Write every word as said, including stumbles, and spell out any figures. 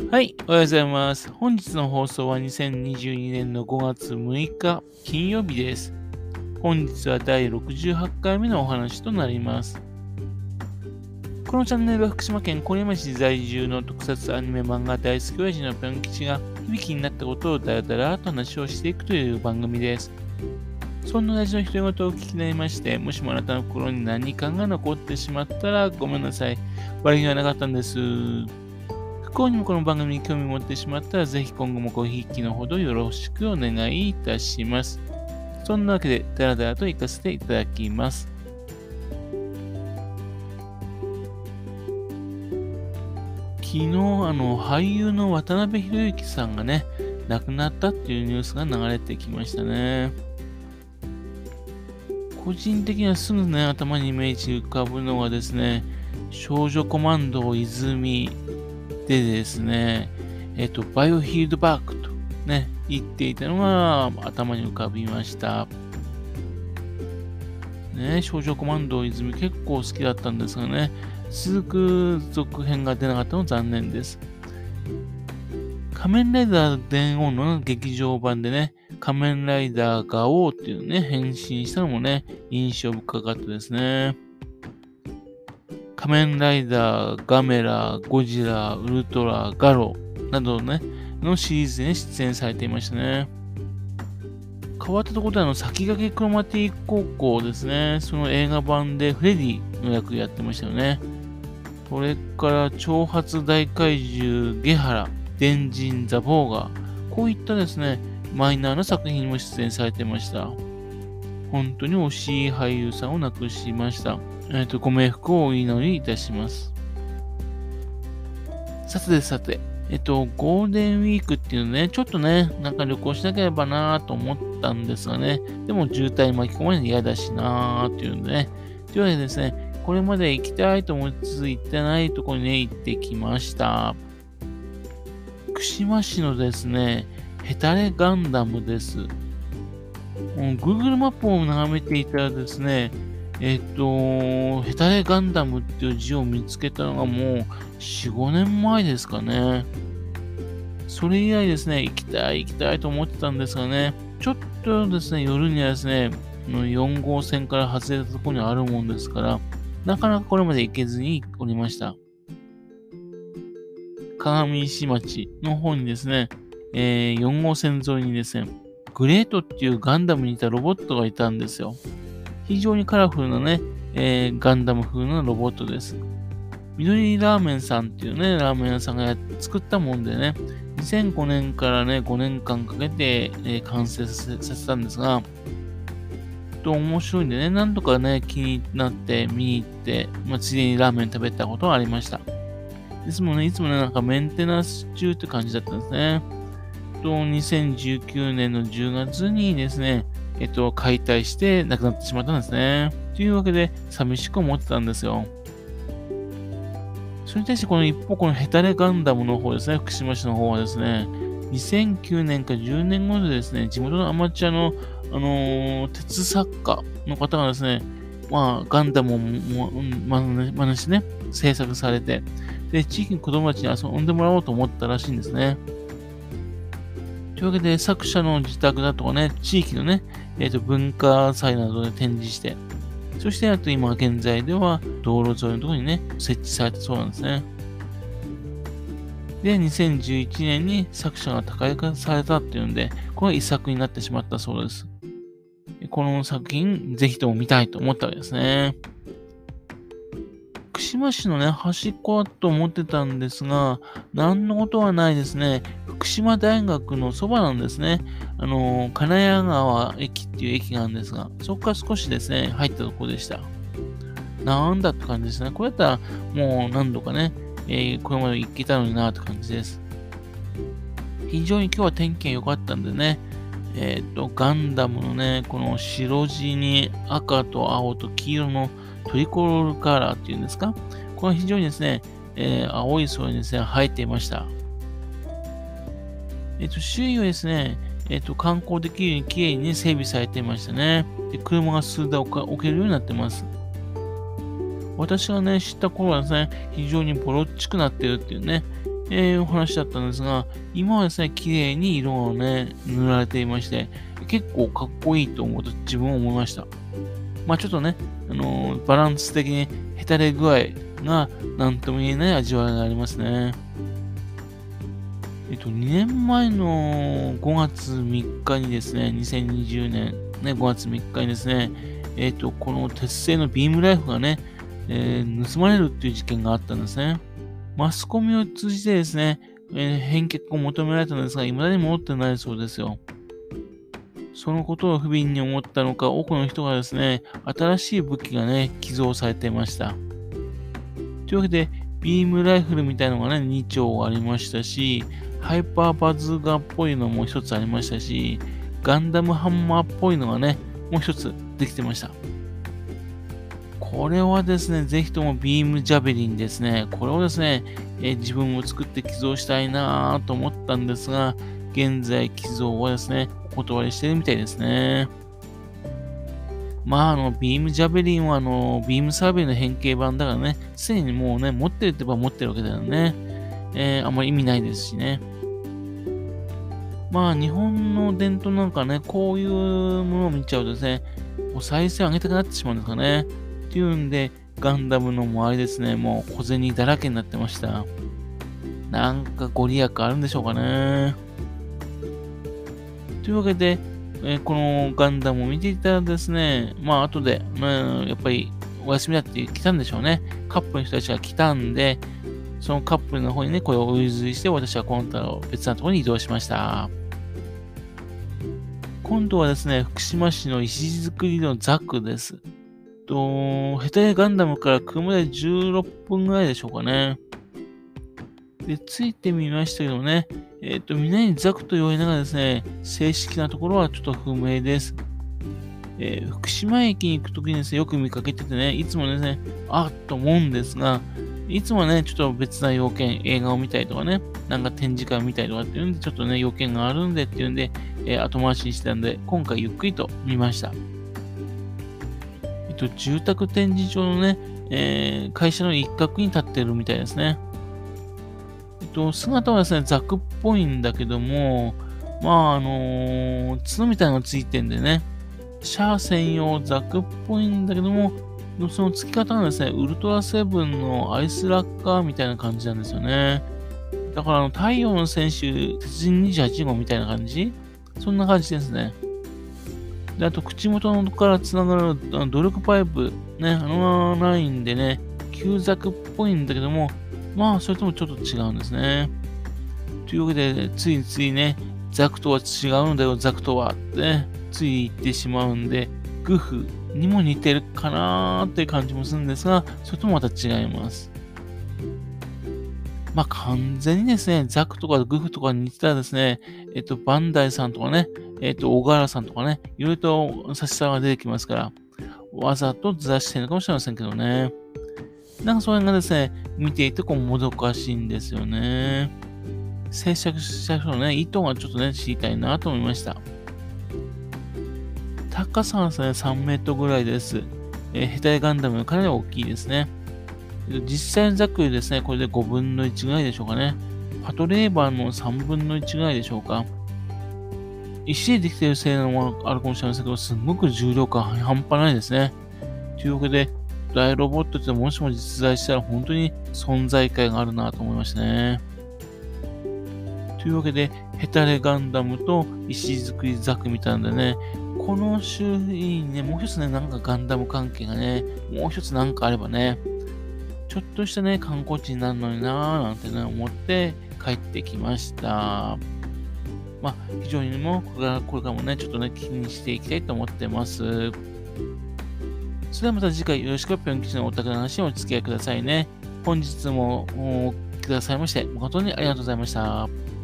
はい、おはようございます。本日の放送はにせんにじゅうにねんのごがつむいか金曜日です。本日はだいろくじゅうはちかいめのお話となります。このチャンネルは福島県郡山市在住の特撮アニメ漫画大好き親父のぴょん吉が響きになったことをだらだらと話をしていくという番組です。そんな大事の独り言をお聞きになりまして、もしもあなたの心に何かが残ってしまったらごめんなさい。悪気はなかったんです。不幸にもこの番組に興味を持ってしまったら、ぜひ今後もごひいきのほどよろしくお願いいたします。そんなわけで、だらだらと行かせていただきます。昨日、あの、俳優の渡辺裕之さんがね、亡くなったっていうニュースが流れてきましたね。個人的にはすぐね、頭にイメージ浮かぶのはですね、少女コマンド泉でですね、えっと、バイオフィールドバックとね、言っていたのが頭に浮かびました。ね、少女コマンド泉結構好きだったんですがね、続く続編が出なかったの残念です。仮面ライダー電王の劇場版でね、仮面ライダーガオーっていうね、変身したのもね、印象深かったですね。仮面ライダー、ガメラ、ゴジラ、ウルトラ、ガロなどね、のシリーズで、ね、出演されていましたね。変わったところであの、先駆けクロマティ高校ですね、その映画版でフレディの役やってましたよね。それから挑発大怪獣ゲハラ、電人ザボーガー、こういったですね、マイナーな作品にも出演されてました。本当に惜しい俳優さんを亡くしました。えっと、ご冥福をお祈りいたします。さてさて、えっと、ゴールデンウィークっていうのね、ちょっとね、なんか旅行しなければなぁと思ったんですがね、でも渋滞巻き込まれるの嫌だしなぁっていうんでね、というわけでですね、これまで行きたいと思いつつ行ってないところにね、行ってきました。串間市のですね、ヘタレガンダムです。Google マップを眺めていたらですね、えっと、ヘタレガンダムっていう字を見つけたのがもうよん、ごねんまえですかね。それ以来ですね、行きたい行きたいと思ってたんですがね、ちょっとですね、夜にはですね、よん号線から外れたところにあるもんですから、なかなかこれまで行けずにおりました。鏡石町の方にですね、えー、よん号線沿いにですね、グレートっていうガンダムにいたロボットがいたんですよ。非常にカラフルなね、えー、ガンダム風のロボットです。緑ラーメンさんっていうね、ラーメン屋さんが作ったもんでね、にせんごねんからね、ごねんかんかけて、えー、完成させたんですが、と面白いんでね、何度かね、気になって見に行って、まあ、ついでにラーメン食べたことはありました。ですもんね、いつもね、なんかメンテナンス中って感じだったんですね。と、にせんじゅうきゅうねんのじゅうがつにですね、えっと、解体して亡くなってしまったんですね。というわけで、寂しく思ってたんですよ。それに対して、この一方、このヘタレガンダムの方ですね、福島市の方はですね、にせんきゅうねんかじゅうねんごでですね、地元のアマチュアの、あのー、鉄作家の方がですね、まあ、ガンダムをも、ま真似してね、制作されて、で、地域の子供たちに遊んでもらおうと思ったらしいんですね。というわけで、作者の自宅だとかね、地域のね、えっと、文化祭などで展示して、そして、あと今現在では道路沿いのところにね、設置されたそうなんですね。で、にせんじゅういちねんに作者が高い化されたっていうんで、これが遺作になってしまったそうです。この作品、ぜひとも見たいと思ったわけですね。串間市のね、端っこだと思ってたんですが、なんのことはないですね。福島大学のそばなんですね。あの、金谷川駅っていう駅があるんですが、そこから少しですね、入ったところでした。なんだって感じですね。これだったらもう何度かね、えー、これまで行けたのになって感じです。非常に今日は天気が良かったんでね、えっと、ガンダムのね、この白地に赤と青と黄色のトリコロールカラーっていうんですか、これは非常にですね、えー、青い空にですね、生えていました。えっと、周囲はですね、えっと、観光できるように綺麗に、ね、整備されていましたね。で、車が数台置けるようになってます。私がね、知った頃はですね、非常にボロっちくなってるっていうね、 えーお話だったんですが、今はですね、綺麗に色をね、塗られていまして、結構かっこいいと思うと自分は思いました。まあちょっとね、あのーバランス的にへたれ具合が何とも言えない味わいがありますね。えっと、にねんまえのごがつみっかにですね、にせんにじゅうねん、ね、ごがつみっかにですね、えっと、この鉄製のビームライフがね、えー盗まれるっていう事件があったんですね。マスコミを通じてですね、えー返却を求められたのですが、未だに戻ってないそうですよ。そのことを不憫に思ったのか、多くの人がですね、新しい武器がね、寄贈されていました。というわけで、ビームライフルみたいなのがね、に丁ありましたし、ハイパーバズーガーっぽいのも一つありましたし、ガンダムハンマーっぽいのがね、もう一つできてました。これはですね、ぜひともビームジャベリンですね。これをですね、えー自分も作って寄贈したいなぁと思ったんですが、現在寄贈はですね、お断りしてるみたいですね。まあ、あの、ビームジャベリンは、あの、ビームサーベイの変形版だからね、すでにもうね、持ってるって言えば持ってるわけだよね。えーあんまり意味ないですしね。まあ、日本の伝統なんかね、こういうものを見ちゃうとですね、お賽銭上げたくなってしまうんですかね。っていうんで、ガンダムの周りですね、もう小銭だらけになってました。なんかご利益あるんでしょうかね。というわけで、えーこのガンダムを見ていたらですね、まあ後で、まあ、やっぱりお休みだって来たんでしょうね。カップルの人たちが来たんで、そのカップルの方にね、これをお譲りして、私は今度は別なところに移動しました。今度はですね、福島市の石造りのザクです。と、ヘタレガンダムから車でじゅうろっぷんぐらいでしょうかね。で、ついてみましたけどね、えっ、と、みんなにザクと言われながらですね、正式なところはちょっと不明です。えー福島駅に行くときにですね、よく見かけててね、いつもですね、あっと思うんですが、いつもはね、ちょっと別な要件、映画を見たりとかね、なんか展示会を見たりとかっていうんで、ちょっとね、要件があるんでっていうんで、えー後回しにしてたんで、今回ゆっくりと見ました。えっと、住宅展示場のね、えー会社の一角に立ってるみたいですね。えっと、姿はですね、ザクっぽいんだけども、まあ、あのー角みたいなのがついてんでね、シャア専用ザクっぽいんだけども、その付き方がですね、ウルトラセブンのアイスラッカーみたいな感じなんですよね。だから、あの、太陽の戦士、鉄人にじゅうはち号みたいな感じそんな感じですね。で、あと、口元のから繋がるあの努力パイプ、ね、あのラインでね、旧ザクっぽいんだけども、まあ、それともちょっと違うんですね。というわけで、ついついね、ザクとは違うんだよ、ザクとはってね、つい言ってしまうんで、グフにも似てるかなーっていう感じもするんですが、それともまた違います。まあ完全にですね、ザクとかグフとかに似てたらですね、えっと、バンダイさんとかね、えっと、小川原さんとかね、いろいろと差し障が出てきますから、わざとずらしてるのかもしれませんけどね。なんかそれがですね、見ていてこうもどかしいんですよね。制作者のね、意図がちょっとね、知りたいなと思いました。高さはですね、さんメートルぐらいです。えーヘタレガンダムかなり大きいですね。実際のざっくりですね、これでごぶんのいちぐらいでしょうかね。パトレーバーのさんぶんのいちぐらいでしょうか。石でできているせいなのもあるかもしれませんけど、すんごく重量感半端ないですね。というわけで、大ロボットってもしも実在したら本当に存在感があるなと思いましたね。というわけで、ヘタレガンダムと石造りザクみたいなんでね、この周囲にね、もう一つね、なんかガンダム関係がね、もう一つなんかあればね、ちょっとしたね、観光地になるのになぁ、なんてね、思って帰ってきました。まあ、非常にも、これからこれからもね、ちょっとね、気にしていきたいと思ってます。それではまた次回よろしくぴょん吉のお宅の話にお付き合いくださいね。本日もお聞きくださいまして、誠にありがとうございました。